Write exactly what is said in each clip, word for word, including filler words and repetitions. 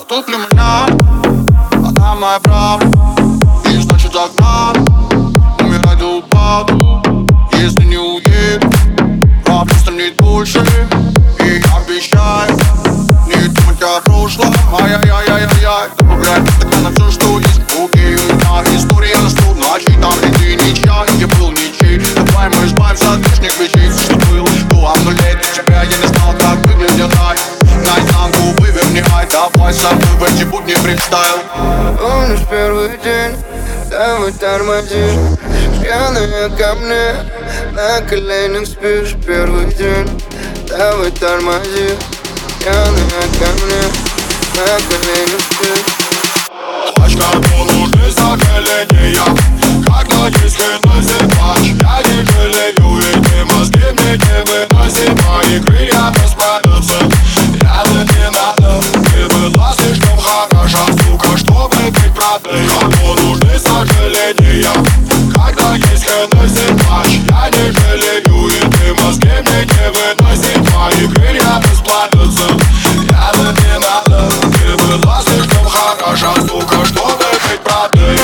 тут для меня она моя правда, и значит окна умирать до упаду. Если не уеду, правда станет больше. И я обещаю не думать о прошлом. Ай-яй-яй-яй-яй, добавляй тогда на все, что есть. Окей, у меня история на сто ночей. Там где ничья, и я был ничей. Давай мы избавимся от лишних вещей. Все, что было до обнулей тебя, я не знал, как выглядит рай. Наизнанку выверни, ай, давай со мной в эти будни фристайл. Помнишь первый день, давай тормози. Пьяная ко мне, на коленях спишь. Первый день, давай тормози. Пьяная ко мне, на коленях спишь. Плачь, кому нужны сожаления, когда есть выносит плач. Я не жалею, эти мозги мне не выносят. Мои крылья распадутся, рядом не надо. Ты была слишком хороша, сука, чтобы быть правдой. Кому нужны сожаления, когда есть выносит плач. Я не жалею, эти мозги мне не выносят. Мои крылья распадутся, рядом не надо. Ты была слишком хороша, сука, чтобы быть правдой.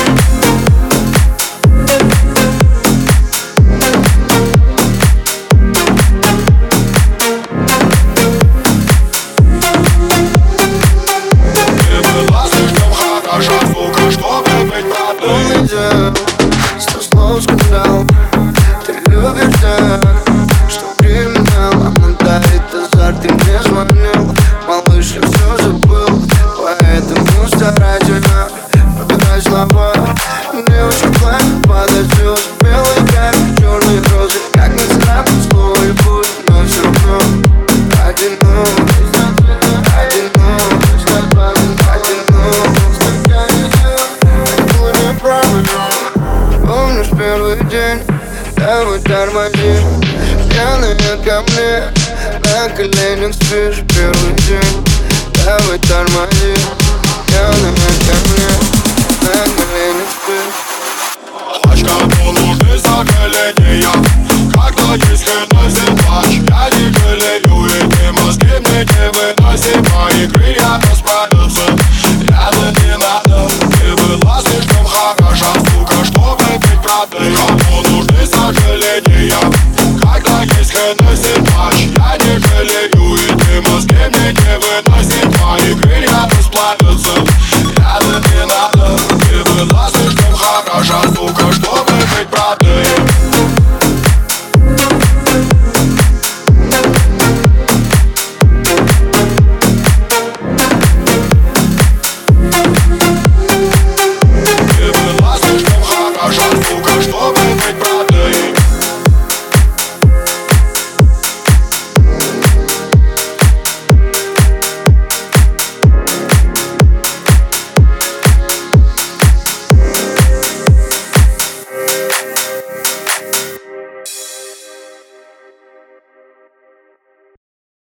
Сто слов сказал, ты любишь так, что криминал. Она дарит азарт, ты мне звонил. Малыш, я все забыл, поэтому старательно подбирай слова. Девочка плачет под слез, белый камень, черные розы. Как не царапать слово и путь, но все равно одиноко. Помнишь первый день, давай тормози. Пьяная ко мне, на коленях спишь. Первый день, давай тормози. Пьяная ко мне, на коленях спишь. Плачь, кому нужны сожаления, когда есть выносит плач. Я не жалею, эти мозги мне не выносят. Мои крылья распадутся.